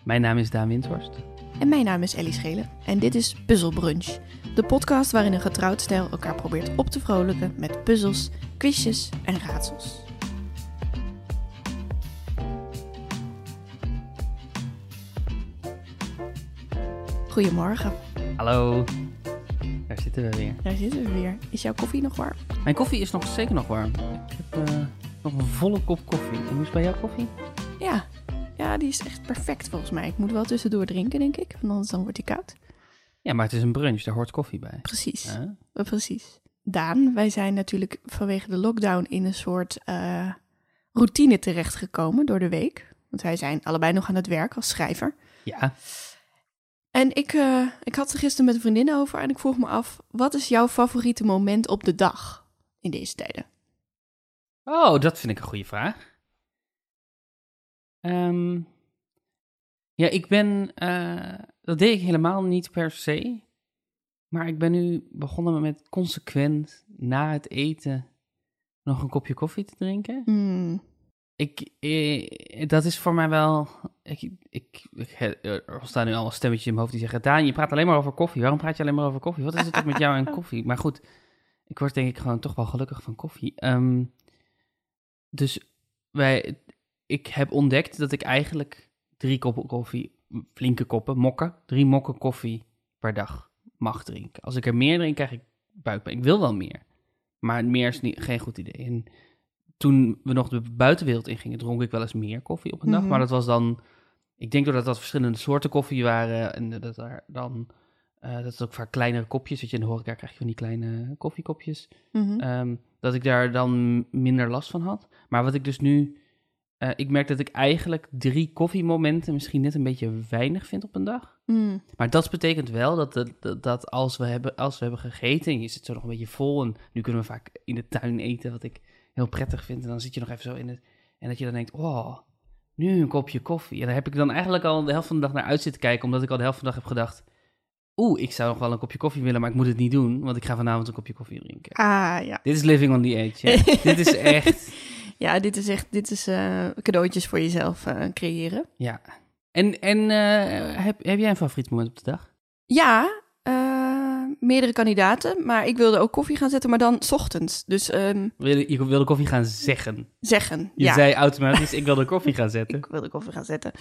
Mijn naam is Daan Windhorst. En mijn naam is Ellie Schelen en dit is Puzzelbrunch. De podcast waarin een getrouwd stel elkaar probeert op te vrolijken met puzzels, quizjes en raadsels. Goedemorgen. Hallo. Daar zitten we weer. Daar zitten we weer. Is jouw koffie nog warm? Mijn koffie is nog zeker nog warm. Ik heb nog een volle kop koffie. En hoe is het bij jouw koffie? Ja, die is echt perfect volgens mij. Ik moet wel tussendoor drinken, denk ik, want anders dan wordt die koud. Ja, maar het is een brunch, daar hoort koffie bij. Precies, Huh? precies. Daan, wij zijn natuurlijk vanwege de lockdown in een soort routine terechtgekomen door de week. Want wij zijn allebei nog aan het werk als schrijver. Ja. En ik had er gisteren met een vriendin over en ik vroeg me af, wat is jouw favoriete moment op de dag in deze tijden? Oh, dat vind ik een goede vraag. Ja, ik ben... dat deed ik helemaal niet per se. Maar ik ben nu begonnen met consequent na het eten nog een kopje koffie te drinken. Dat is voor mij wel... Er staan nu allemaal stemmetjes in mijn hoofd die zeggen... Daan, je praat alleen maar over koffie. Waarom praat je alleen maar over koffie? Wat is het ook met jou en koffie? Maar goed, ik word denk ik gewoon toch wel gelukkig van koffie. Dus ik heb ontdekt dat ik eigenlijk 3 koppen koffie, flinke koppen, mokken, 3 mokken koffie per dag mag drinken. Als ik er meer drink, krijg ik buikpijn. Ik wil wel meer, maar meer is geen goed idee. En toen we nog de buitenwereld ingingen, dronk ik wel eens meer koffie op een dag. Maar dat was dan, ik denk doordat dat verschillende soorten koffie waren en dat er dan... dat is ook vaak kleinere kopjes. Weet je, in de horeca krijg je van die kleine koffiekopjes. Dat ik daar dan minder last van had. Maar wat ik dus nu... ik merk dat ik eigenlijk 3 koffiemomenten misschien net een beetje weinig vind op een dag. Maar dat betekent wel dat als we hebben gegeten... en je zit zo nog een beetje vol... en nu kunnen we vaak in de tuin eten, wat ik heel prettig vind. En dan zit je nog even zo in het... en dat je dan denkt, oh, nu een kopje koffie. En daar heb ik dan eigenlijk al de helft van de dag naar uit zitten kijken... omdat ik al de helft van de dag heb gedacht... ik zou nog wel een kopje koffie willen, maar ik moet het niet doen, want ik ga vanavond een kopje koffie drinken. Ah, ja. Dit is living on the edge. Ja. Dit is echt... Ja, dit is cadeautjes voor jezelf creëren. Ja. En heb jij een favoriet moment op de dag? Ja, meerdere kandidaten, maar ik wilde ook koffie gaan zetten, maar dan 's ochtends. Dus, Je wilde koffie gaan zeggen? Zeggen, Je zei automatisch, ik wilde koffie gaan zetten. Ik wilde koffie gaan zetten.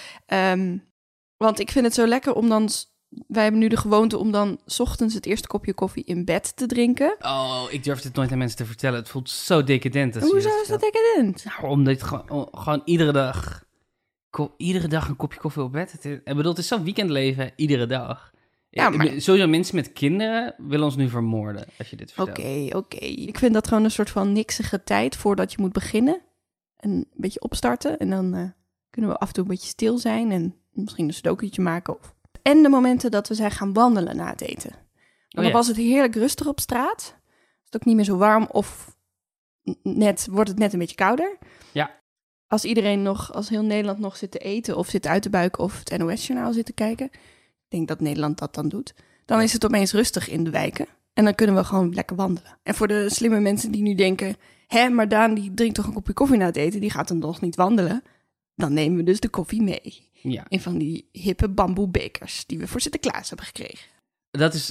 Want ik vind het zo lekker om dan... Wij hebben nu de gewoonte om dan 's ochtends het eerste kopje koffie in bed te drinken. Oh, ik durf dit nooit aan mensen te vertellen. Het voelt zo decadent. Hoezo is dat decadent? Nou, omdat gewoon iedere dag een kopje koffie op bed. Ik bedoel, het is zo'n weekendleven, iedere dag. Ja, maar... Sowieso mensen met kinderen willen ons nu vermoorden, als je dit vertelt. Oké. Ik vind dat gewoon een soort van niksige tijd voordat je moet beginnen. En een beetje opstarten. En dan kunnen we af en toe een beetje stil zijn en misschien een stokertje maken En de momenten dat we zijn gaan wandelen na het eten. Dan was het heerlijk rustig op straat. Is het ook niet meer zo warm of wordt het net een beetje kouder. Ja. Als heel Nederland nog zit te eten of zit uit te buiken of het NOS-journaal zit te kijken. Ik denk dat Nederland dat dan doet. Dan is het opeens rustig in de wijken. En dan kunnen we gewoon lekker wandelen. En voor de slimme mensen die nu denken... maar Daan die drinkt toch een kopje koffie na het eten? Die gaat dan nog niet wandelen. Dan nemen we dus de koffie mee. Ja. In van die hippe bamboebekers die we voor Sinterklaas hebben gekregen. Dat is...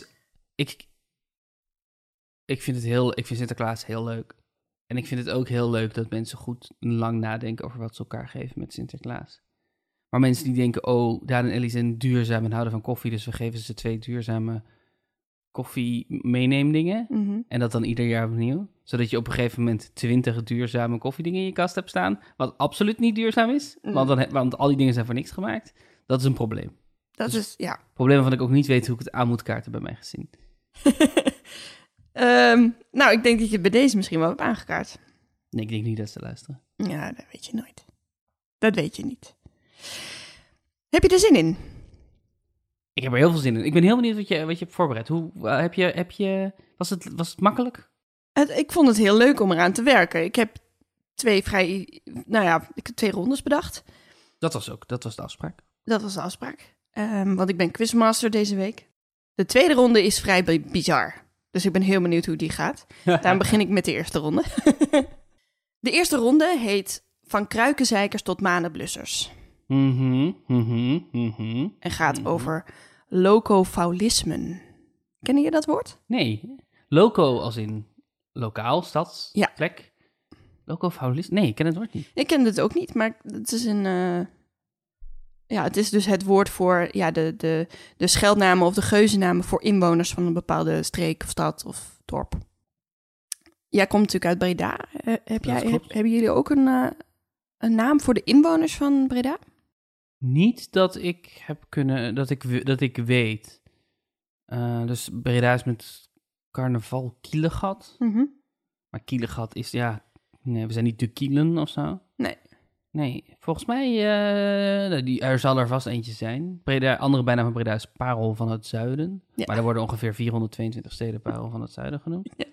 Ik vind Sinterklaas heel leuk. En ik vind het ook heel leuk dat mensen goed en lang nadenken over wat ze elkaar geven met Sinterklaas. Maar mensen die denken, Daan en Ellie zijn duurzaam en houden van koffie, dus we geven ze 2 duurzame koffie meeneemdingen. En dat dan ieder jaar opnieuw. Zodat je op een gegeven moment 20 duurzame koffiedingen in je kast hebt staan. Wat absoluut niet duurzaam is. Want al die dingen zijn voor niks gemaakt. Dat is een probleem. Dat is, ja. Probleem waarvan ik ook niet weet hoe ik het aan moet kaarten bij mij gezien. Nou, ik denk dat je het bij deze misschien wel hebt aangekaart. Nee, ik denk niet dat ze luisteren. Ja, dat weet je nooit. Dat weet je niet. Heb je er zin in? Ik heb er heel veel zin in. Ik ben heel benieuwd wat je hebt voorbereid. Was het makkelijk? Ik vond het heel leuk om eraan te werken. Ik heb 2 rondes bedacht. Dat was de afspraak. Dat was de afspraak. Want ik ben quizmaster deze week. De tweede ronde is vrij bizar. Dus ik ben heel benieuwd hoe die gaat. Daarom begin ik met de eerste ronde. De eerste ronde heet Van kruikenzeikers tot manenblussers. En gaat over locofaulismen. Ken je dat woord? Nee. Loco als in lokaal, stad, Ja. plek. Locofaulisme? Nee, ik ken het woord niet. Ik ken het ook niet, maar het is het is dus het woord voor de scheldnamen of de geuzennamen voor inwoners van een bepaalde streek of stad of dorp. Jij komt natuurlijk uit Breda. Hebben jullie ook een naam voor de inwoners van Breda? Niet dat ik dat ik weet. Dus Breda is met carnaval Kielegat. Maar Kielegat is, nee, we zijn niet de Kielen of zo. Nee, volgens mij, er zal er vast eentje zijn. Andere bijnaam van Breda is Parel van het Zuiden. Ja. Maar er worden ongeveer 422 steden Parel van het Zuiden genoemd. Ja.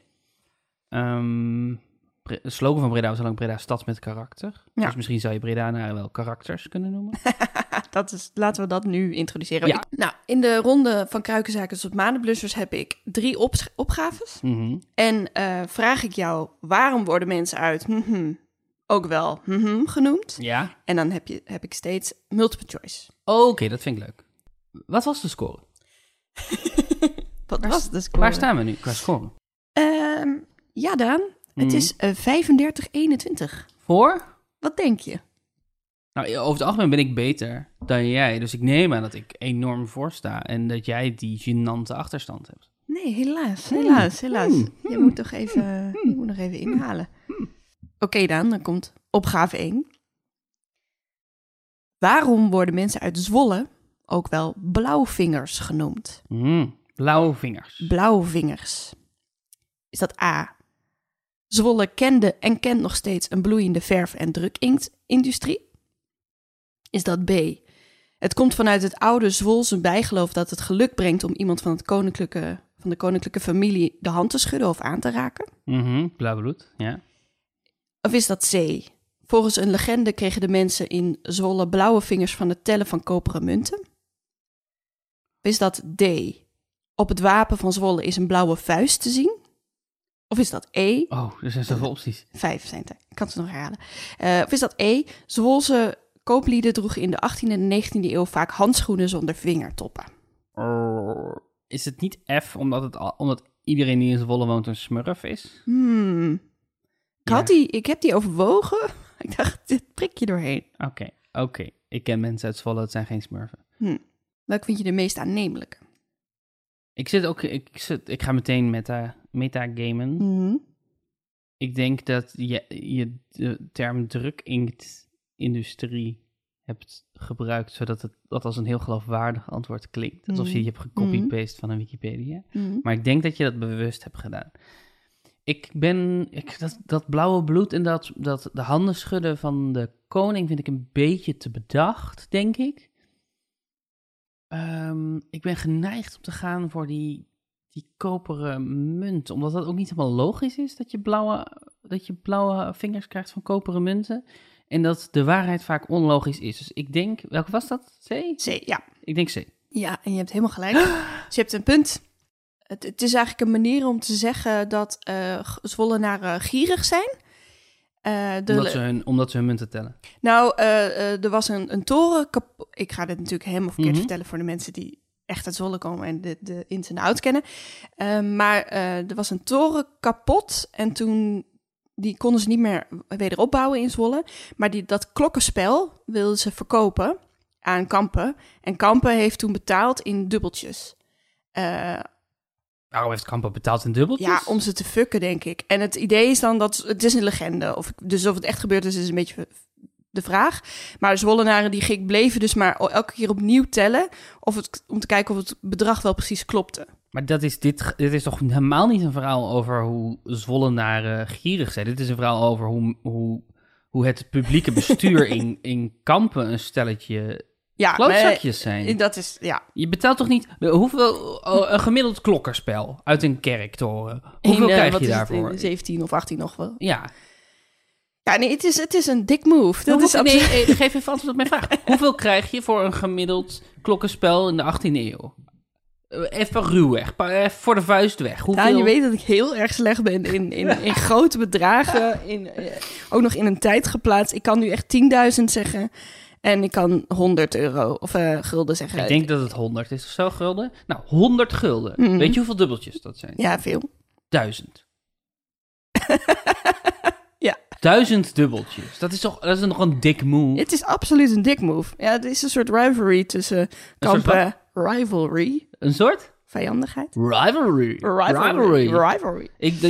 De slogan van Breda was al lang Breda stad met karakter. Ja. Dus misschien zou je Bredanaren wel karakters kunnen noemen. Laten we dat nu introduceren. Ja. Nou, in de ronde van Kruikenzaken tot Manenblussers heb ik 3 opgaves. En vraag ik jou, waarom worden mensen uit ook wel genoemd? Ja. En dan heb ik steeds multiple choice. Oké, dat vind ik leuk. Wat was de score? Was de score? Waar staan we nu qua score? Ja, Daan. Het is 35-21. Voor? Wat denk je? Nou, over het algemeen ben ik beter dan jij. Dus ik neem aan dat ik enorm voor sta. En dat jij die gênante achterstand hebt. Nee, helaas. Je moet nog even inhalen. Oké, dan komt opgave 1. Waarom worden mensen uit Zwolle ook wel blauwvingers genoemd? Blauwvingers. Blauwvingers. Is dat A? Zwolle kende en kent nog steeds een bloeiende verf- en drukinktindustrie? Is dat B? Het komt vanuit het oude Zwolse bijgeloof dat het geluk brengt om iemand van de koninklijke familie de hand te schudden of aan te raken? Blauw bloed, ja. Of is dat C? Volgens een legende kregen de mensen in Zwolle blauwe vingers van het tellen van koperen munten? Of is dat D? Op het wapen van Zwolle is een blauwe vuist te zien? Of is dat E? Oh, er zijn zoveel opties. 5 zijn het. Ik kan ze nog herhalen. Of is dat E? Zwolse kooplieden droegen in de 18e en 19e eeuw vaak handschoenen zonder vingertoppen. Is het niet F, omdat iedereen die in Zwolle woont een smurf is? Ik heb die overwogen. Ik dacht, dit prik je doorheen. Oké. Ik ken mensen uit Zwolle, het zijn geen smurfen. Welke vind je de meest aannemelijke? Ik ga meteen metagamen. Ik denk dat je de term drukinktindustrie hebt gebruikt, zodat dat als een heel geloofwaardig antwoord klinkt. Alsof je hebt gecopy-paste van een Wikipedia. Maar ik denk dat je dat bewust hebt gedaan. Dat blauwe bloed en dat de handen schudden van de koning vind ik een beetje te bedacht, denk ik. Ik ben geneigd om te gaan voor die koperen munt, omdat dat ook niet helemaal logisch is dat je blauwe vingers krijgt van koperen munten en dat de waarheid vaak onlogisch is. Dus ik denk, welke was dat? C? C, ja. Ik denk C. Ja, en je hebt helemaal gelijk. Dus je hebt een punt. Het is eigenlijk een manier om te zeggen dat Zwollenaren gierig zijn. Omdat ze hun munten tellen. Nou, er was een toren kapot. Ik ga dit natuurlijk helemaal verkeerd vertellen voor de mensen die echt uit Zwolle komen en de ins en outs kennen. Maar er was een toren kapot en toen die konden ze niet meer weder opbouwen in Zwolle. Maar dat klokkenspel wilden ze verkopen aan Kampen. En Kampen heeft toen betaald in dubbeltjes. Waarom heeft Kampen betaald in dubbeltjes? Ja, om ze te fucken, denk ik. En het idee is dan dat het is een legende. Dus of het echt gebeurd is een beetje de vraag. Maar de Zwollenaren die bleven dus maar elke keer opnieuw tellen om te kijken of het bedrag wel precies klopte. Maar dit is toch helemaal niet een verhaal over hoe Zwollenaren gierig zijn. Dit is een verhaal over hoe het publieke bestuur in Kampen een stelletje klootzakjes zijn. Dat is, ja. Je betaalt toch niet een gemiddeld klokkerspel uit een kerktoren? Hoeveel krijg je daarvoor? In 17 of 18 nog wel. Ja. Ja, nee, het is een dik move. Geef even antwoord op mijn vraag. Hoeveel krijg je voor een gemiddeld klokkenspel in de 18e eeuw? Even ruwweg, voor de vuist weg. Hoeveel... Ja, je weet dat ik heel erg slecht ben in grote bedragen. Ook nog in een tijd geplaatst. Ik kan nu echt 10.000 zeggen. En ik kan 100 euro of gulden zeggen. Ik denk dat het 100 is of zo, gulden. Nou, 100 gulden. Mhm. Weet je hoeveel dubbeltjes dat zijn? Ja, veel. 1000. Ja. 1000 dubbeltjes. Dat is nog een dik move. Het is absoluut een dik move. Ja, het is een soort rivalry tussen kampen. Rivalry. Een soort? Vijandigheid. Rivalry.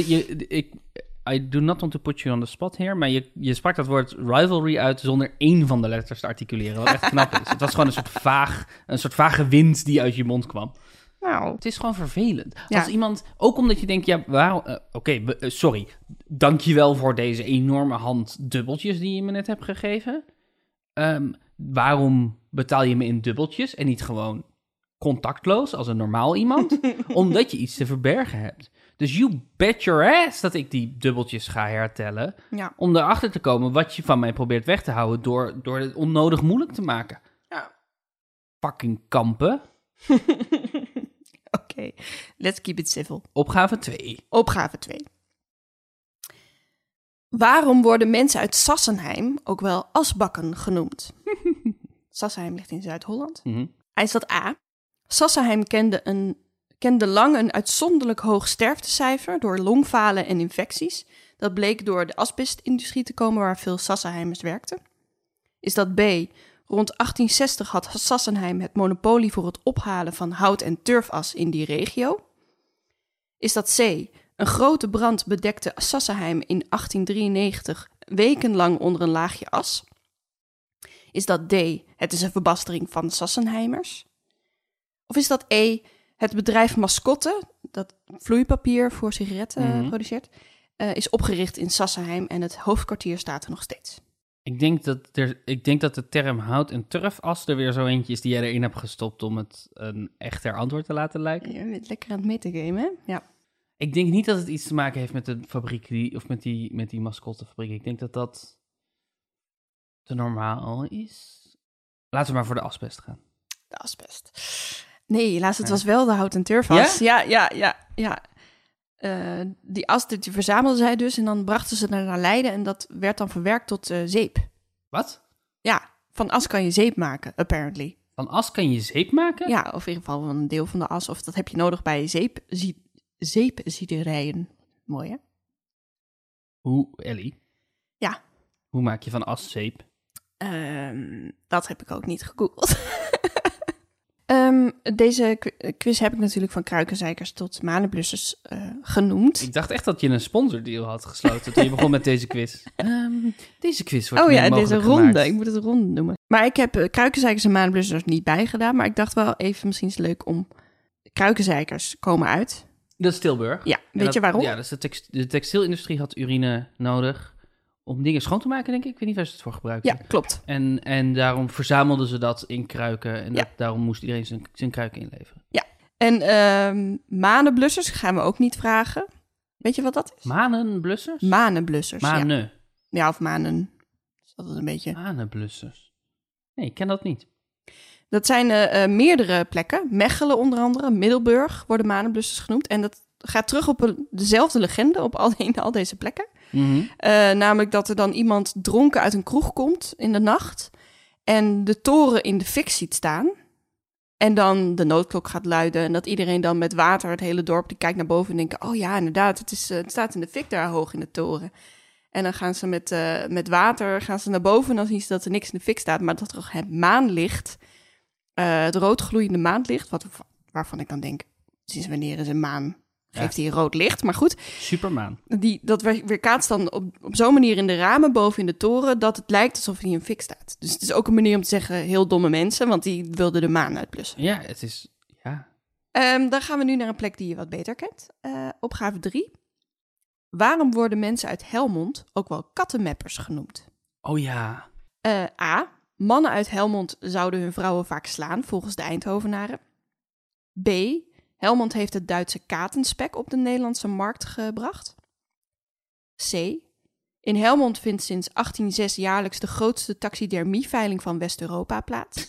I do not want to put you on the spot here, maar je sprak dat woord rivalry uit zonder één van de letters te articuleren, wat echt knap is. Het was gewoon een soort vage wind die uit je mond kwam. Nou. Het is gewoon vervelend. Ja. Als iemand, ook omdat je denkt, ja, waarom... sorry, dankjewel voor deze enorme hand dubbeltjes die je me net hebt gegeven. Waarom betaal je me in dubbeltjes en niet gewoon contactloos als een normaal iemand? Omdat je iets te verbergen hebt. Dus you bet your ass dat ik die dubbeltjes ga hertellen. Ja. Om erachter te komen wat je van mij probeert weg te houden door het onnodig moeilijk te maken. Ja. Fucking kampen. Oké, let's keep it civil. Opgave 2. Opgave 2. Waarom worden mensen uit Sassenheim ook wel asbakken genoemd? Sassenheim ligt in Zuid-Holland. Mm-hmm. Is dat A? Sassenheim kende lang een uitzonderlijk hoog sterftecijfer door longfalen en infecties. Dat bleek door de asbestindustrie te komen waar veel Sassenheimers werkten. Is dat B? Rond 1860 had Sassenheim het monopolie voor het ophalen van hout- en turfas in die regio. Is dat C? Een grote brand bedekte Sassenheim in 1893 wekenlang onder een laagje as. Is dat D? Het is een verbastering van Sassenheimers. Of is dat E? Het bedrijf Mascotte, dat vloeipapier voor sigaretten produceert, is opgericht in Sassenheim en het hoofdkwartier staat er nog steeds. Ik denk dat de term hout- en turfas er weer zo eentje is die jij erin hebt gestopt om het een echter antwoord te laten lijken. Je bent lekker aan het metagamen, hè? Ja. Ik denk niet dat het iets te maken heeft met de fabriek of met die mascottefabriek. Ik denk dat dat te normaal is. Laten we maar voor de asbest gaan. De asbest. Nee, helaas, het was wel de hout- en turfas. Ja. Die as die verzamelden zij dus en dan brachten ze naar Leiden en dat werd dan verwerkt tot zeep. Wat? Ja, van as kan je zeep maken, apparently. Van as kan je zeep maken? Ja, of in ieder geval van een deel van de as. Of dat heb je nodig bij zeepziederijen. Mooi, hè? Hoe, Ellie? Ja. Hoe maak je van as zeep? Dat heb ik ook niet gegoogeld. Deze quiz heb ik natuurlijk van kruikenzeikers tot manenblussers genoemd. Ik dacht echt dat je een sponsordeal had gesloten toen je begon met deze quiz. Deze quiz wordt deze ronde. gemaakt. Ik moet het ronde noemen. Maar ik heb kruikenzeikers en manenblussers niet bijgedaan. Maar ik dacht wel even, misschien is het leuk om... Kruikenzeikers komen uit. Dat is Tilburg. Ja, weet je waarom? Ja, dus de textielindustrie had urine nodig om dingen schoon te maken, denk ik. Ik weet niet waar ze het voor gebruikten. Ja, klopt. En daarom verzamelden ze dat in kruiken. En Ja. daarom moest iedereen zijn kruiken inleveren. Ja, en manenblussers gaan we ook niet vragen. Weet je wat dat is? Manenblussers? Manenblussers, Manen. ja. Ja, of manen. Dat is een beetje... Manenblussers. Nee, ik ken dat niet. Dat zijn meerdere plekken. Mechelen onder andere, Middelburg worden manenblussers genoemd. En dat gaat terug op dezelfde legende op al deze plekken. Mm-hmm. Namelijk dat er dan iemand dronken uit een kroeg komt in de nacht en de toren in de fik ziet staan. En dan de noodklok gaat luiden en dat iedereen dan met water, het hele dorp, die kijkt naar boven en denkt, oh ja, inderdaad, het staat in de fik daar hoog in de toren. En dan gaan ze met water naar boven en dan zien ze dat er niks in de fik staat, maar dat er het maanlicht, het roodgloeiende maanlicht, waarvan ik dan denk, sinds wanneer is een maan? Geeft hij rood licht, maar goed. Supermaan. Dat weerkaatst dan op zo'n manier in de ramen boven in de toren, dat het lijkt alsof hij in fik staat. Dus het is ook een manier om te zeggen, heel domme mensen, want die wilden de maan uitblussen. Ja, het is... Ja. Dan gaan we nu naar een plek die je wat beter kent. Opgave 3. Waarom worden mensen uit Helmond ook wel kattenmeppers genoemd? Oh ja. A. Mannen uit Helmond zouden hun vrouwen vaak slaan, volgens de Eindhovenaren. B. Helmond heeft het Duitse katenspek op de Nederlandse markt gebracht. C. In Helmond vindt sinds 1806 jaarlijks de grootste taxidermieveiling van West-Europa plaats.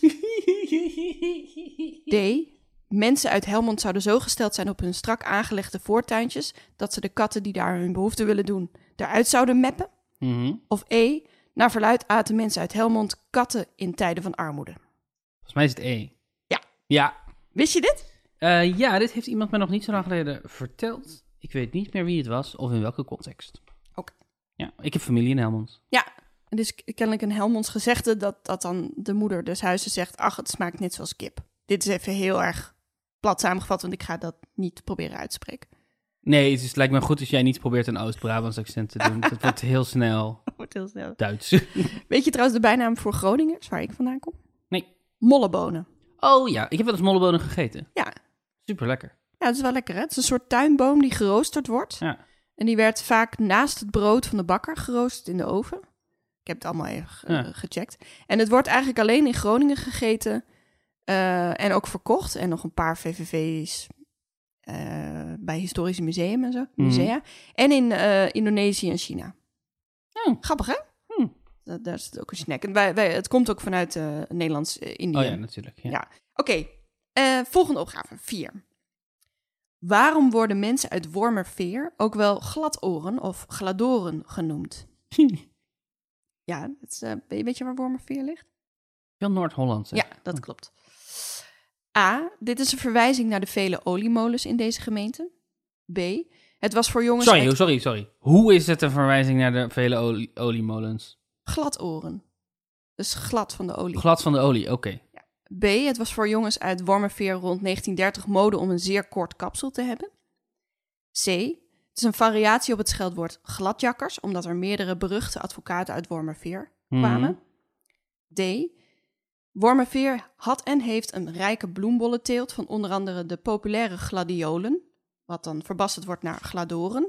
D. Mensen uit Helmond zouden zo gesteld zijn op hun strak aangelegde voortuintjes dat ze de katten die daar hun behoefte willen doen eruit zouden meppen. Mm-hmm. Of E. Naar verluidt aten mensen uit Helmond katten in tijden van armoede. Volgens mij is het E. Ja. Ja. Wist je dit? Ja, dit heeft iemand me nog niet zo lang geleden verteld. Ik weet niet meer wie het was of in welke context. Oké. Ja, ik heb familie in Helmond. Ja, het is kennelijk een Helmonds gezegde dat dan de moeder des huizes zegt... ach, het smaakt net zoals kip. Dit is even heel erg plat samengevat, want ik ga dat niet proberen uit te spreken. Nee, het lijkt me goed als jij niet probeert een Oost-Brabants accent te doen. Het wordt heel snel Wordt heel snel. Duits. Weet je trouwens de bijnaam voor Groningers, waar ik vandaan kom? Nee. Mollebonen. Oh ja, ik heb wel eens mollebonen gegeten. Ja. Super lekker. Ja, het is wel lekker, hè? Het is een soort tuinboom die geroosterd wordt. Ja. En die werd vaak naast het brood van de bakker geroosterd in de oven. Ik heb het allemaal even gecheckt. En het wordt eigenlijk alleen in Groningen gegeten en ook verkocht. En nog een paar VVV's bij historische musea. En in Indonesië en China. Grappig, hè? Daar is het ook een snack. En het komt ook vanuit Nederlands-Indië. Oh ja, natuurlijk. Ja. Oké. Volgende opgave, 4. Waarom worden mensen uit Wormerveer ook wel gladoren of gladoren genoemd? Ja, weet je waar Wormerveer ligt? Veel Noord-Holland. Ja, dat klopt. A, dit is een verwijzing naar de vele oliemolens in deze gemeente. B, het was voor jongens... Sorry. Hoe is het een verwijzing naar de vele oliemolens? Gladoren. Dus glad van de olie. Glad van de olie, oké. Ja. B, het was voor jongens uit Wormerveer rond 1930 mode om een zeer kort kapsel te hebben. C, het is een variatie op het scheldwoord gladjakkers, omdat er meerdere beruchte advocaten uit Wormerveer kwamen. D, Wormerveer had en heeft een rijke bloembollenteelt van onder andere de populaire gladiolen, wat dan verbasterd wordt naar gladoren.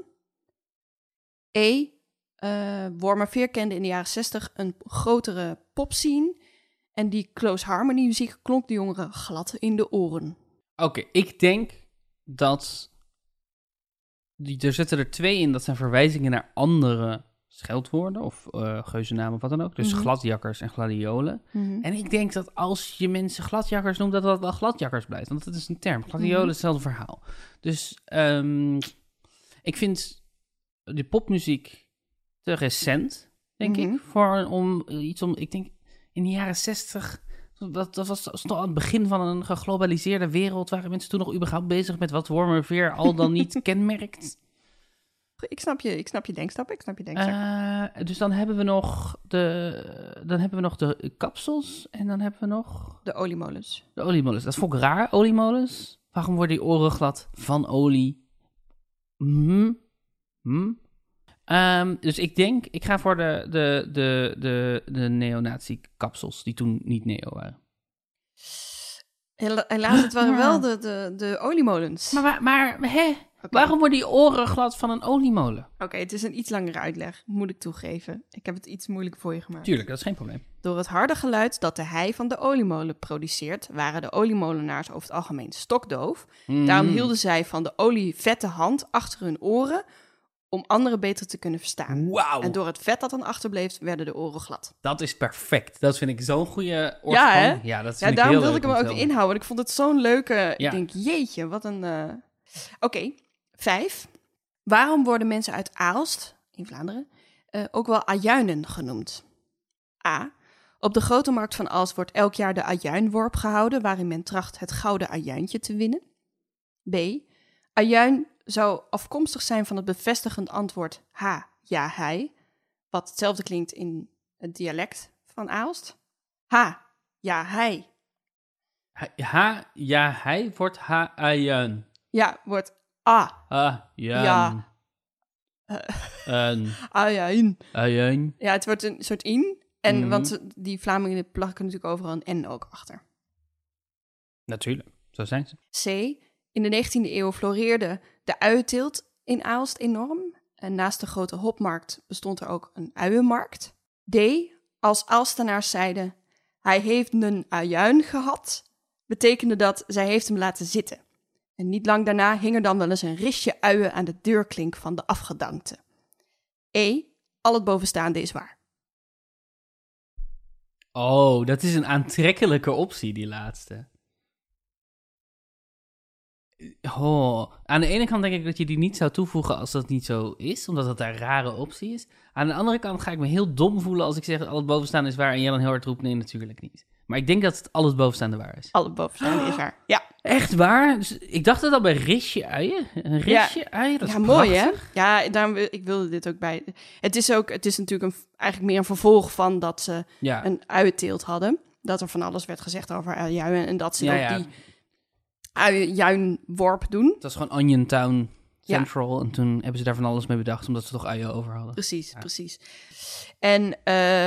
E, Wormerveer kende in de jaren 60 een grotere popscene en die close harmony muziek klonk de jongeren glad in de oren. Oké, ik denk dat... Er zitten er 2 in, dat zijn verwijzingen naar andere scheldwoorden of geuzennamen of wat dan ook. Dus gladjakkers en gladiolen. En ik denk dat als je mensen gladjakkers noemt, dat dat wel gladjakkers blijft. Want dat is een term. Gladiolen is hetzelfde verhaal. Dus ik vind de popmuziek te recent, denk ik. Ik denk in de jaren 60... Dat was al het begin van een geglobaliseerde wereld. Waren mensen toen nog überhaupt bezig met wat Wormerveer al dan niet kenmerkt? Ik snap je denkstap. Dus dan hebben we nog de kapsels en dan hebben we nog... De oliemolens. De oliemolens. Dat vond ik raar, oliemolens. Waarom worden die oren glad van olie? Dus ik ga voor de neonazi-kapsels, die toen niet neo waren. Helaas, het waren wel de oliemolens. Maar waarom worden die oren glad van een oliemolen? Oké, het is een iets langere uitleg, moet ik toegeven. Ik heb het iets moeilijker voor je gemaakt. Tuurlijk, dat is geen probleem. Door het harde geluid dat de hei van de oliemolen produceert, waren de oliemolenaars over het algemeen stokdoof. Daarom hielden zij van de olievette hand achter hun oren om anderen beter te kunnen verstaan. Wauw. En door het vet dat dan achterbleef, werden de oren glad. Dat is perfect. Dat vind ik zo'n goede oorsprong. Ja, hè? Ja, dat vind ik daarom heel wilde leuk ik hem om ook te inhouden. Want ik vond het zo'n leuke... Ja. Ik denk, jeetje, wat een... Oké, 5. Waarom worden mensen uit Aalst, in Vlaanderen, ook wel ajuinen genoemd? A. Op de grote markt van Aalst wordt elk jaar de ajuinworp gehouden, waarin men tracht het gouden ajuintje te winnen. B. Ajuin zou afkomstig zijn van het bevestigend antwoord ha, ja, hij, wat hetzelfde klinkt in het dialect van Aalst. Ha, ja, hij. Hij wordt ha-ajuin. Ja, wordt a. Ja. Ajuin. Ajuin. Ja, het wordt een soort in. En want die Vlamingen plakken natuurlijk overal een N ook achter. Natuurlijk, zo zijn ze. C. In de 19e eeuw floreerde de uienteelt in Aalst enorm. En naast de grote hopmarkt bestond er ook een uienmarkt. D. Als Aalstenaars zeiden, hij heeft een ajuin gehad, betekende dat zij heeft hem laten zitten. En niet lang daarna hing er dan wel eens een ristje uien aan de deurklink van de afgedankte. E. Al het bovenstaande is waar. Oh, dat is een aantrekkelijke optie, die laatste. Oh, aan de ene kant denk ik dat je die niet zou toevoegen als dat niet zo is, omdat dat een rare optie is. Aan de andere kant ga ik me heel dom voelen als ik zeg al het bovenstaande is waar en jij dan heel hard roept nee, natuurlijk niet. Maar ik denk dat het al het bovenstaande waar is. Al het bovenstaande is waar. Ja. Echt waar? Dus ik dacht het al bij risje uien. Een risje uien, dat is mooi hè? prachtig. Ja, ik wilde dit ook bij. Het is natuurlijk eigenlijk meer een vervolg van dat ze een uienteelt hadden. Dat er van alles werd gezegd over uien en dat ze die uienworp doen. Dat is gewoon Onion Town Central en toen hebben ze daar van alles mee bedacht omdat ze toch uien over hadden. Precies. En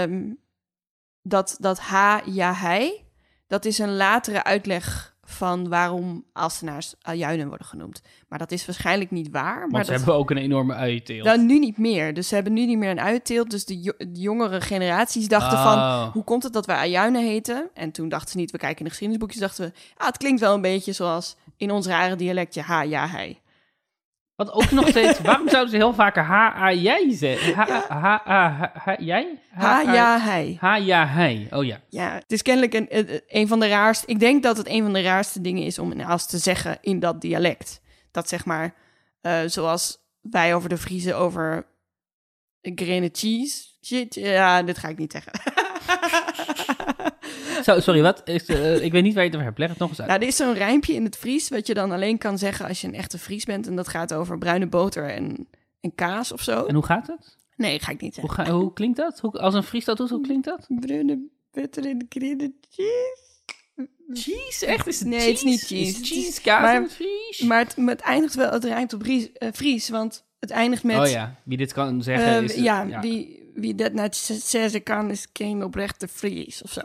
dat ha, ja, hij, dat is een latere uitleg van waarom Aalstenaars uienen worden genoemd. Maar dat is waarschijnlijk niet waar. Want ze hebben ook een enorme uienteelt. Nou, nu niet meer. Dus ze hebben nu niet meer een uienteelt. Dus de jongere generaties dachten van, hoe komt het dat wij ajuinen heten? En toen dachten ze niet, we kijken in de geschiedenisboekjes, dachten we, het klinkt wel een beetje zoals in ons rare dialectje, ha, ja, hij. Wat ook nog steeds, waarom zouden ze heel vaker ha-a-jij zeggen? Ha-a-jij? Ha-ja-hij. Ha-ja-hij, oh ja. Ja, het is kennelijk een van de raarste... Ik denk dat het een van de raarste dingen is om als te zeggen in dat dialect. Dat zeg maar, zoals wij over de Friese over graine cheese. Shit, ja, dit ga ik niet zeggen. Sorry, wat? Ik weet niet waar je het over hebt. Leg het nog eens uit. Nou, er is zo'n rijmpje in het Fries wat je dan alleen kan zeggen als je een echte Fries bent. En dat gaat over bruine boter en kaas of zo. En hoe gaat het? Nee, ga ik niet zeggen. Hoe klinkt dat? Als een Fries dat doet, hoe klinkt dat? Bruine boter en graine cheese. Cheese? Echt? Is het nee, cheese? Het is niet cheese. Is cheese kaas in het Fries? Maar het eindigt wel, het rijmt op Fries, want het eindigt met... Oh ja, wie dit kan zeggen is... Wie dat nou zeggen kan, is geen oprechte Fries of zo.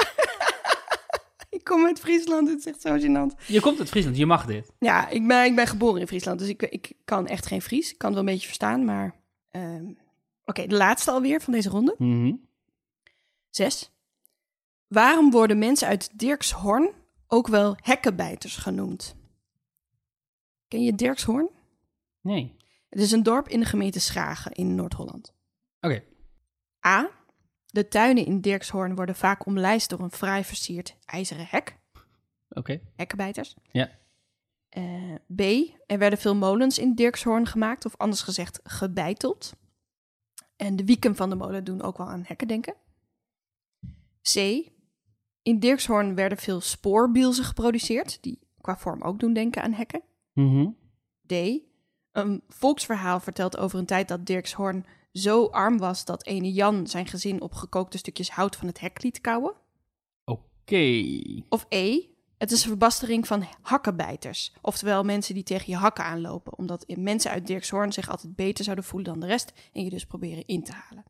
Ik kom uit Friesland, het is echt zo gênant. Je komt uit Friesland, je mag dit. Ja, ik ben geboren in Friesland, dus ik kan echt geen Fries. Ik kan het wel een beetje verstaan, maar... Oké, de laatste alweer van deze ronde. 6. Waarom worden mensen uit Dirkshorn ook wel hekkenbijters genoemd? Ken je Dirkshorn? Nee. Het is een dorp in de gemeente Schagen in Noord-Holland. Oké. A. De tuinen in Dirkshorn worden vaak omlijst door een fraai versierd ijzeren hek. Oké. Hekkenbijters. Ja. B. Er werden veel molens in Dirkshorn gemaakt, of anders gezegd gebeiteld. En de wieken van de molen doen ook wel aan hekken denken. C. In Dirkshorn werden veel spoorbielzen geproduceerd, die qua vorm ook doen denken aan hekken. D. Een volksverhaal vertelt over een tijd dat Dirkshorn zo arm was dat ene Jan zijn gezin op gekookte stukjes hout van het hek liet kauwen. Oké. Of E. Het is een verbastering van hakkenbijters. Oftewel mensen die tegen je hakken aanlopen. Omdat mensen uit Dirkshorn zich altijd beter zouden voelen dan de rest. En je dus proberen in te halen.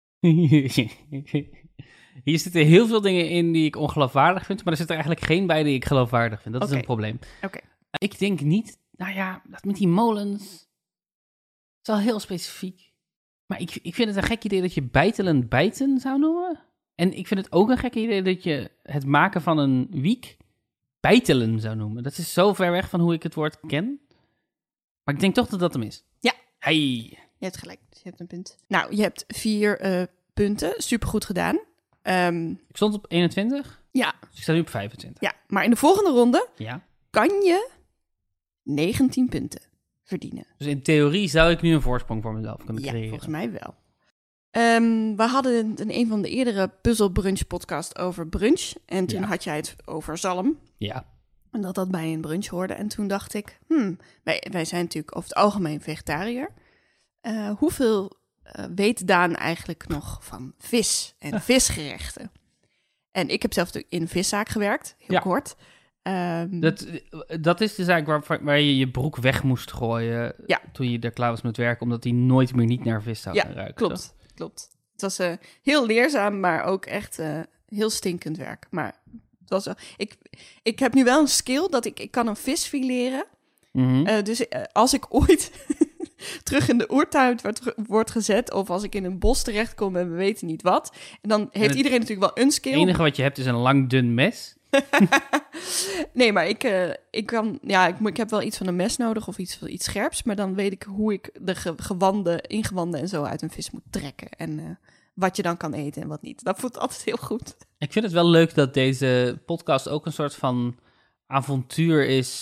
Hier zitten heel veel dingen in die ik ongeloofwaardig vind. Maar er zit er eigenlijk geen bij die ik geloofwaardig vind. Dat is een probleem. Oké. Ik denk niet... Nou ja, dat met die molens... is wel heel specifiek. Maar ik vind het een gek idee dat je bijtelen bijten zou noemen. En ik vind het ook een gek idee dat je het maken van een wiek bijtelen zou noemen. Dat is zo ver weg van hoe ik het woord ken. Maar ik denk toch dat dat hem is. Ja. Hey. Je hebt gelijk, dus je hebt een punt. Nou, je hebt 4 punten. Supergoed gedaan. Ik stond op 21. Ja. Dus ik sta nu op 25. Ja, maar in de volgende ronde kan je 19 punten verdienen. Dus in theorie zou ik nu een voorsprong voor mezelf kunnen creëren. Ja, volgens mij wel. We hadden in een van de eerdere Puzzle Brunch podcast over brunch. En toen had jij het over zalm. Ja. En dat bij een brunch hoorde. En toen dacht ik, wij zijn natuurlijk over het algemeen vegetariër. Hoeveel weet Daan eigenlijk nog van vis en visgerechten? En ik heb zelf natuurlijk in een viszaak gewerkt, heel kort. Dat is de zaak waar je je broek weg moest gooien toen je er klaar was met werken, omdat die nooit meer niet naar vis zou gaan ruiken. Klopt. Het was heel leerzaam, maar ook echt heel stinkend werk. Maar het was ik heb nu wel een skill dat ik kan een vis fileren. Dus als ik ooit terug in de oertuin wordt gezet, of als ik in een bos terechtkom en we weten niet wat, en dan heeft iedereen natuurlijk wel een skill. Het enige wat je hebt is een lang dun mes. Nee, maar ik heb wel iets van een mes nodig of iets scherps, maar dan weet ik hoe ik de ingewanden en zo uit een vis moet trekken en wat je dan kan eten en wat niet. Dat voelt altijd heel goed. Ik vind het wel leuk dat deze podcast ook een soort van avontuur is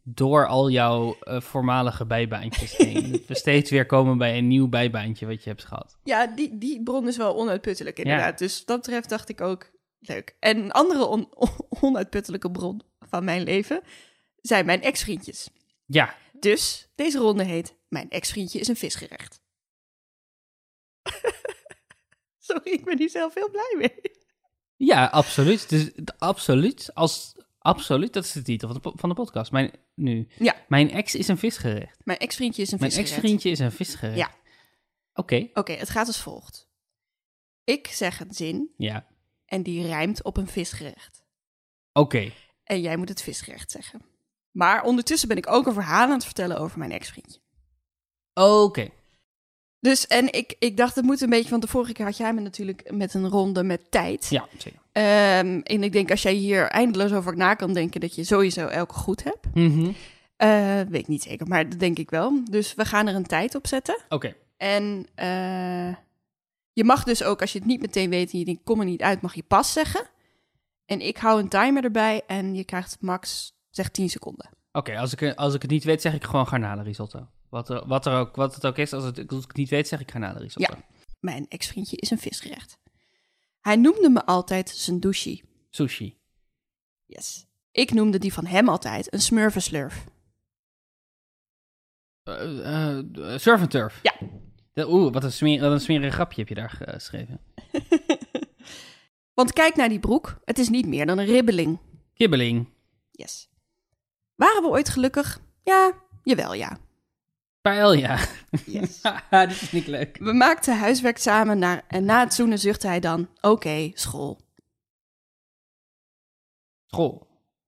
door al jouw voormalige bijbaantjes heen. Dat we steeds weer komen bij een nieuw bijbaantje wat je hebt gehad. Ja, die bron is wel onuitputtelijk inderdaad. Dus wat dat betreft dacht ik ook, leuk. En een andere onuitputtelijke bron van mijn leven zijn mijn ex-vriendjes. Ja. Dus deze ronde heet Mijn ex-vriendje is een visgerecht. Sorry, ik ben hier zelf heel blij mee. Ja, absoluut. Dus, absoluut, dat is de titel van de podcast. Mijn ex is een visgerecht. Mijn ex-vriendje is een Mijn visgerecht. ex-vriendje is een visgerecht. Ja. Oké, het gaat als volgt. Ik zeg een zin ja. en die rijmt op een visgerecht. Oké. En jij moet het visgerecht zeggen. Maar ondertussen ben ik ook een verhaal aan het vertellen over mijn ex-vriendje. Oké. Dus, en ik dacht, het moet een beetje, want de vorige keer had jij me natuurlijk met een ronde met tijd. Ja, zeker. En ik denk, als jij hier eindeloos over na kan denken, dat je sowieso elke goed hebt. Mhm. Weet ik niet zeker, maar dat denk ik wel. Dus we gaan er een tijd op zetten. Oké. En je mag dus ook, als je het niet meteen weet en je denkt, kom er niet uit, mag je pas zeggen. En ik hou een timer erbij en je krijgt max, zeg 10 seconden. Oké, als ik het niet weet, zeg ik gewoon garnalenrisotto. Wat het ook is, als ik het niet weet, zeg ik garnalenrisotto. Ja. Mijn ex-vriendje is een visgerecht. Hij noemde me altijd zijn douchie. Sushi. Yes. Ik noemde die van hem altijd een smurfenslurf. Surf and turf. Ja. Wat een smerig grapje heb je daar geschreven. Want kijk naar die broek. Het is niet meer dan een ribbeling. Kibbeling. Yes. Waren we ooit gelukkig? Ja, jawel ja. Paella. Yes. Dit is niet leuk. We maakten huiswerk samen en na het zoenen zuchtte hij dan, oké, school. School.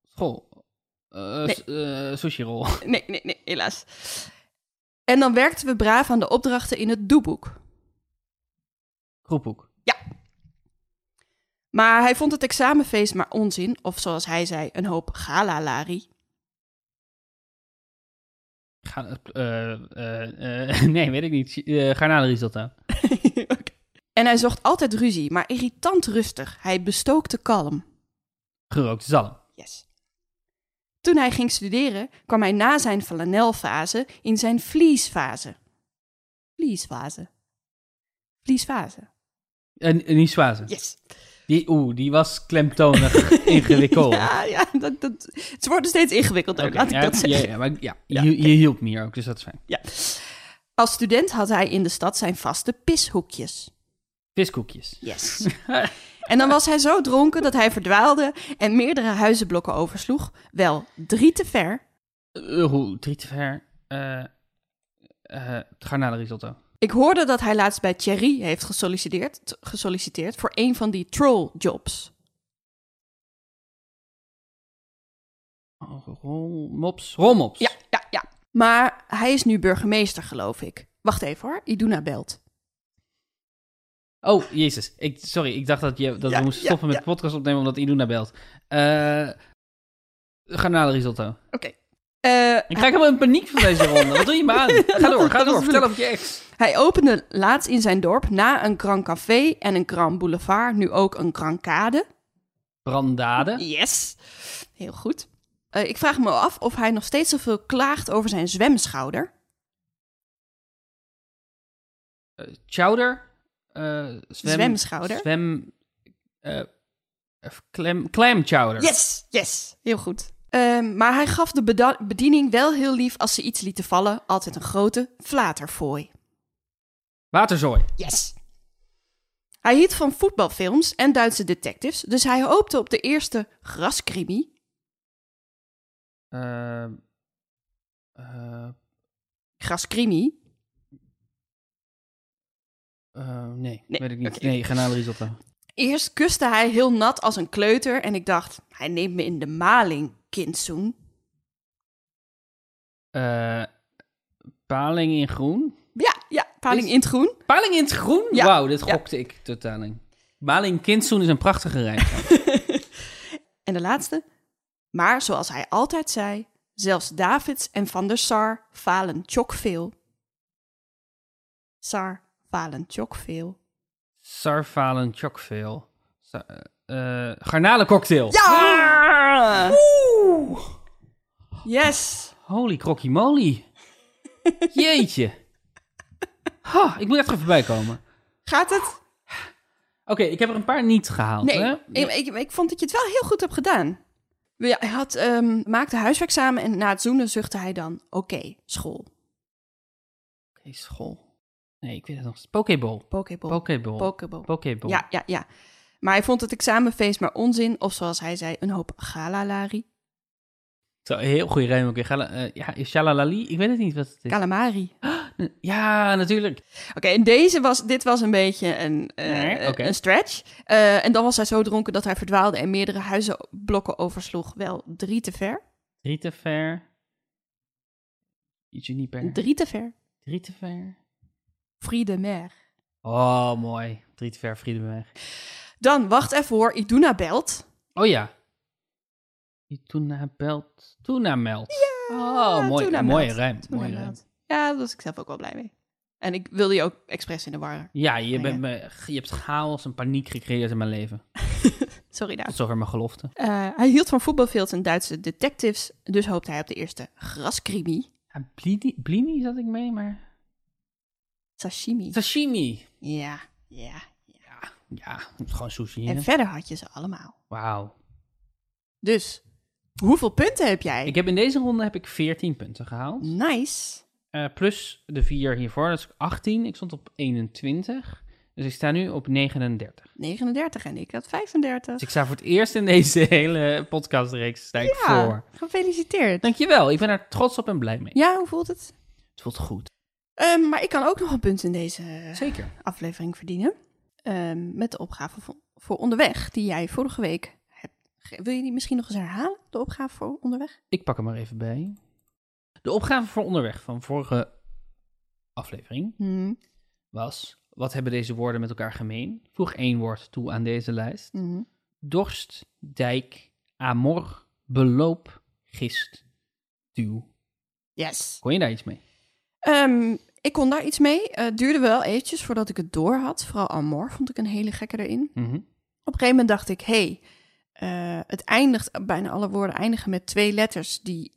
Nee. Sushi roll. Nee, helaas. En dan werkten we braaf aan de opdrachten in het doeboek. Groepboek. Ja. Maar hij vond het examenfeest maar onzin, of zoals hij zei, een hoop galalari. Nee, weet ik niet. Garnalenrisotto. Okay. En hij zocht altijd ruzie, maar irritant rustig. Hij bestookte kalm. Gerookte zalm. Yes. Toen hij ging studeren, kwam hij na zijn flanelfase in zijn vliesfase. Vliesfase. Een niçoise. Yes. Die was klemtonig ingewikkeld. Ja, ze worden steeds ingewikkelder, Okay, laat ik dat zeggen. Ja, maar je hielp me hier ook, dus dat is fijn. Ja. Als student had hij in de stad zijn vaste pishoekjes. Viskoekjes. Yes. En dan was hij zo dronken dat hij verdwaalde en meerdere huizenblokken oversloeg. Wel 3 te ver. 3 te ver. Garnalenrisotto. Ik hoorde dat hij laatst bij Thierry heeft gesolliciteerd voor een van die trolljobs. Rolmops. Ja. Maar hij is nu burgemeester, geloof ik. Wacht even hoor, Iduna belt. Oh, jezus. Ik dacht dat we moesten stoppen met de podcast opnemen omdat Iduna belt. Garnalenrisotto. Oké. Ik krijg helemaal in paniek van deze ronde. Wat doe je me aan? Ga door. Vertel over je ex. Hij opende laatst in zijn dorp na een Grand Café en een Grand Boulevard nu ook een Grand Kade. Brandade. Yes. Heel goed. Ik vraag me af of hij nog steeds zoveel klaagt over zijn zwemschouder. Chowder. Zwemschouder. Clam chowder. Yes. Heel goed. Maar hij gaf de bediening wel heel lief als ze iets lieten vallen. Altijd een grote flaterfooi. Waterzooi. Yes. Hij hield van voetbalfilms en Duitse detectives, dus hij hoopte op de eerste graskrimi. Graskrimi? Nee, weet ik niet. Okay. Nee, garnalenrisotto. Eerst kuste hij heel nat als een kleuter en ik dacht, hij neemt me in de maling, kindzoen. Paling in groen? Ja, paling in het groen. Paling in het groen? Ja. Wauw, dit gokte ik totaal niet. Paling kindzoen is een prachtige rijm. En de laatste. Maar zoals hij altijd zei, zelfs Davids en Van der Sar falen tjokveel. Sar falen tjokveel. Sar falen tjokveel. Garnalencocktail. Ja! Yes! Holy crocky-moly. Jeetje. Ik moet even voorbij komen. Gaat het? Oké, ik heb er een paar niet gehaald. Nee, Hè? ik vond dat je het wel heel goed hebt gedaan. Ja, hij maakte huiswerk samen en na het zoenen zuchtte hij dan... Oké, school. Oké, school. Nee, ik weet het nog. Pokéball. Pokéball. Ja. Maar hij vond het examenfeest maar onzin. Of zoals hij zei, een hoop galalari. Zo, heel goede rijm ook weer. Shalalali? Ik weet het niet wat het is. Calamari. Ja, natuurlijk. Oké, en dit was een beetje een stretch. En dan was hij zo dronken dat hij verdwaalde en meerdere huizenblokken oversloeg. Wel 3 te ver. 3 te ver. Juniper. 3 te ver. 3 te ver. Friedemer. Oh, mooi. 3 te ver, Friedemer. Dan, wacht even hoor, Iduna belt. Oh ja. Iduna belt. Tuna melt. Ja, oh, mooi. Tuna Mooie melt. rijm. Tuna Mooie rijm. melt. Ja, daar was ik zelf ook wel blij mee. En ik wilde je ook expres in de war. Ja, je hebt chaos en paniek gecreëerd in mijn leven. Sorry daar. Tot zover mijn gelofte. Hij hield van voetbalfilms en Duitse detectives, dus hoopte hij op de eerste graskrimi. Ja, blini zat ik mee, maar... Sashimi. Sashimi. Ja. Ja, het is gewoon sushi. En hè? verder had je ze allemaal. Wauw. Dus, hoeveel punten heb jij? In deze ronde heb ik 14 punten gehaald. Nice. Plus de 4 hiervoor, dat is 18. Ik stond op 21. Dus ik sta nu op 39. 39 en ik had 35. Dus ik sta voor het eerst in deze hele podcastreeks voor. Gefeliciteerd. Dankjewel, ik ben er trots op en blij mee. Ja, hoe voelt het? Het voelt goed. Maar ik kan ook nog een punt in deze Zeker. aflevering verdienen. Met de opgave voor onderweg, die jij vorige week hebt. Wil je die misschien nog eens herhalen, de opgave voor onderweg? Ik pak hem maar even bij. De opgave voor onderweg van vorige aflevering was... Wat hebben deze woorden met elkaar gemeen? Voeg 1 woord toe aan deze lijst. Dorst, dijk, amor, beloop, gist, duw. Yes. Kon je daar iets mee? Ik kon daar iets mee. Het duurde wel eventjes voordat ik het door had. Vooral amor vond ik een hele gekke erin. Op een gegeven moment dacht ik, het eindigt, bijna alle woorden eindigen met 2 letters die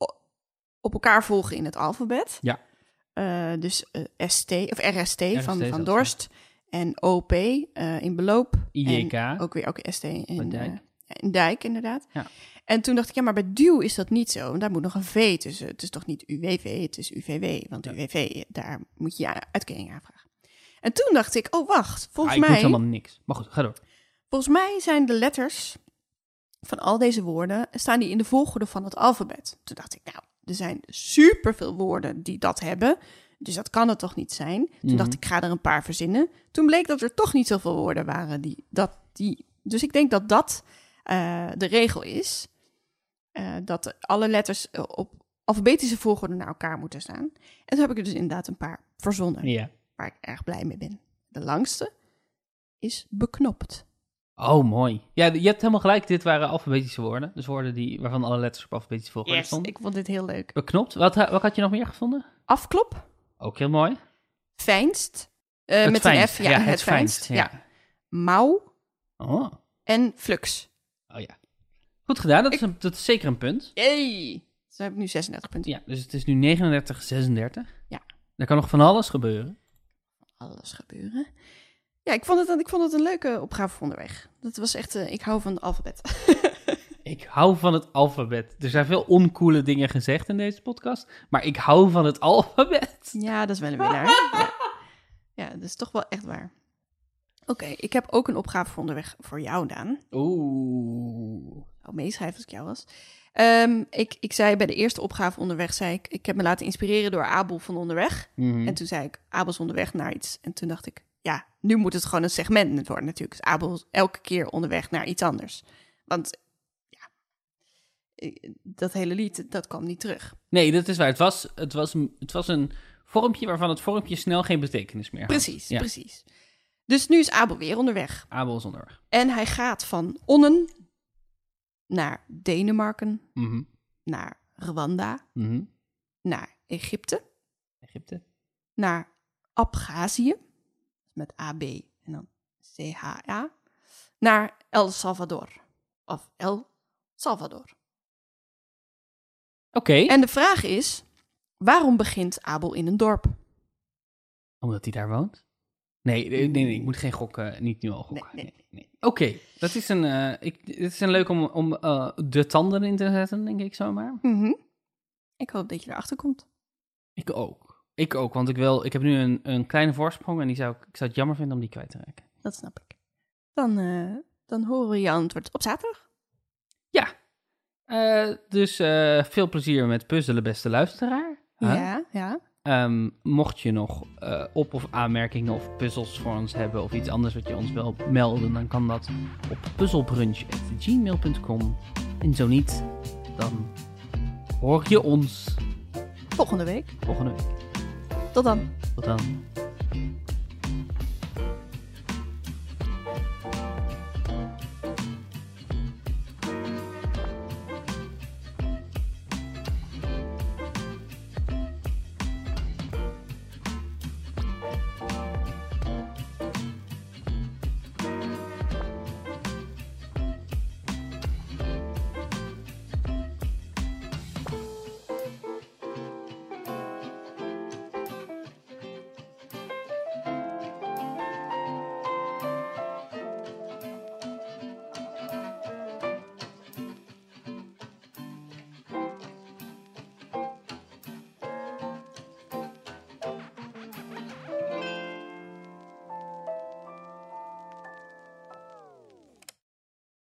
op elkaar volgen in het alfabet. Ja. Dus ST of RST van zelfs, dorst en OP in beloop. IJK. En ook weer ST in dijk. In dijk, inderdaad. Ja. En toen dacht ik, maar bij duw is dat niet zo. Daar moet nog een V tussen. Het is toch niet UWV, het is UVW. Want UWV, daar moet je uitkering aanvragen. En toen dacht ik, oh wacht, volgens mij... Ik moet helemaal niks. Maar goed, ga door. Volgens mij zijn de letters van al deze woorden, staan die in de volgorde van het alfabet. Toen dacht ik, er zijn superveel woorden die dat hebben. Dus dat kan het toch niet zijn? Toen dacht ik, ga er een paar verzinnen. Toen bleek dat er toch niet zoveel woorden waren Dus ik denk dat dat de regel is. Dat alle letters op alfabetische volgorde naar elkaar moeten staan. En toen heb ik er dus inderdaad een paar verzonnen. Ja. Waar ik erg blij mee ben. De langste is beknopt. Oh, mooi. Ja, je hebt helemaal gelijk. Dit waren alfabetische woorden. Dus woorden waarvan alle letters op alfabetische volgorde stonden. Ik vond dit heel leuk. Beknopt. Wat had je nog meer gevonden? Afklop. Ook heel mooi. Fijnst. Het met fijnst. een F. Ja, het fijnst. Ja. Mouw. Oh. En flux. Oh ja. Goed gedaan. Dat is zeker een punt. Yay. Dus dan heb ik nu 36 punten. Ja, dus het is nu 39, 36. Ja. Er kan nog van alles gebeuren. Alles gebeuren. Ja, ik vond het een leuke opgave voor onderweg. Dat was echt, ik hou van het alfabet. Ik hou van het alfabet. Er zijn veel oncoole dingen gezegd in deze podcast, maar ik hou van het alfabet. Ja, dat is wel een winnaar. Ja, dat is toch wel echt waar. Oké, ik heb ook een opgave voor onderweg voor jou, Daan. Oeh. Meeschrijven als ik jou was. Ik zei bij de eerste opgave onderweg, ik heb me laten inspireren door Abel van onderweg. En toen zei ik, Abel is onderweg naar iets. En toen dacht ik, ja, nu moet het gewoon een segment worden natuurlijk. Dus Abel is elke keer onderweg naar iets anders. Want ja, dat hele lied, dat kwam niet terug. Nee, dat is waar. Het was een vormpje waarvan het vormpje snel geen betekenis meer had. Precies, Ja. precies. Dus nu is Abel weer onderweg. Abel is onderweg. En hij gaat van Onnen naar Denemarken, naar Rwanda, naar Egypte, naar Abhazie, met AB en dan CHA, naar El Salvador. Of El Salvador. Oké. En de vraag is, waarom begint Abel in een dorp? Omdat hij daar woont? Nee, ik moet geen gokken, niet nu al gokken. Nee. Oké, dat is het is een leuk om de tanden in te zetten, denk ik zomaar. Ik hoop dat je erachter komt. Ik ook, want ik heb nu een kleine voorsprong en ik zou het jammer vinden om die kwijt te raken. Dat snap ik. Dan horen we je antwoord op zaterdag. Ja, dus veel plezier met puzzelen, beste luisteraar. Ja. Mocht je nog op- of aanmerkingen of puzzels voor ons hebben of iets anders wat je ons wil melden, dan kan dat op puzzelbrunch@gmail.com. En zo niet, dan hoor je ons Volgende week. volgende week. Tot dan. Tot dan.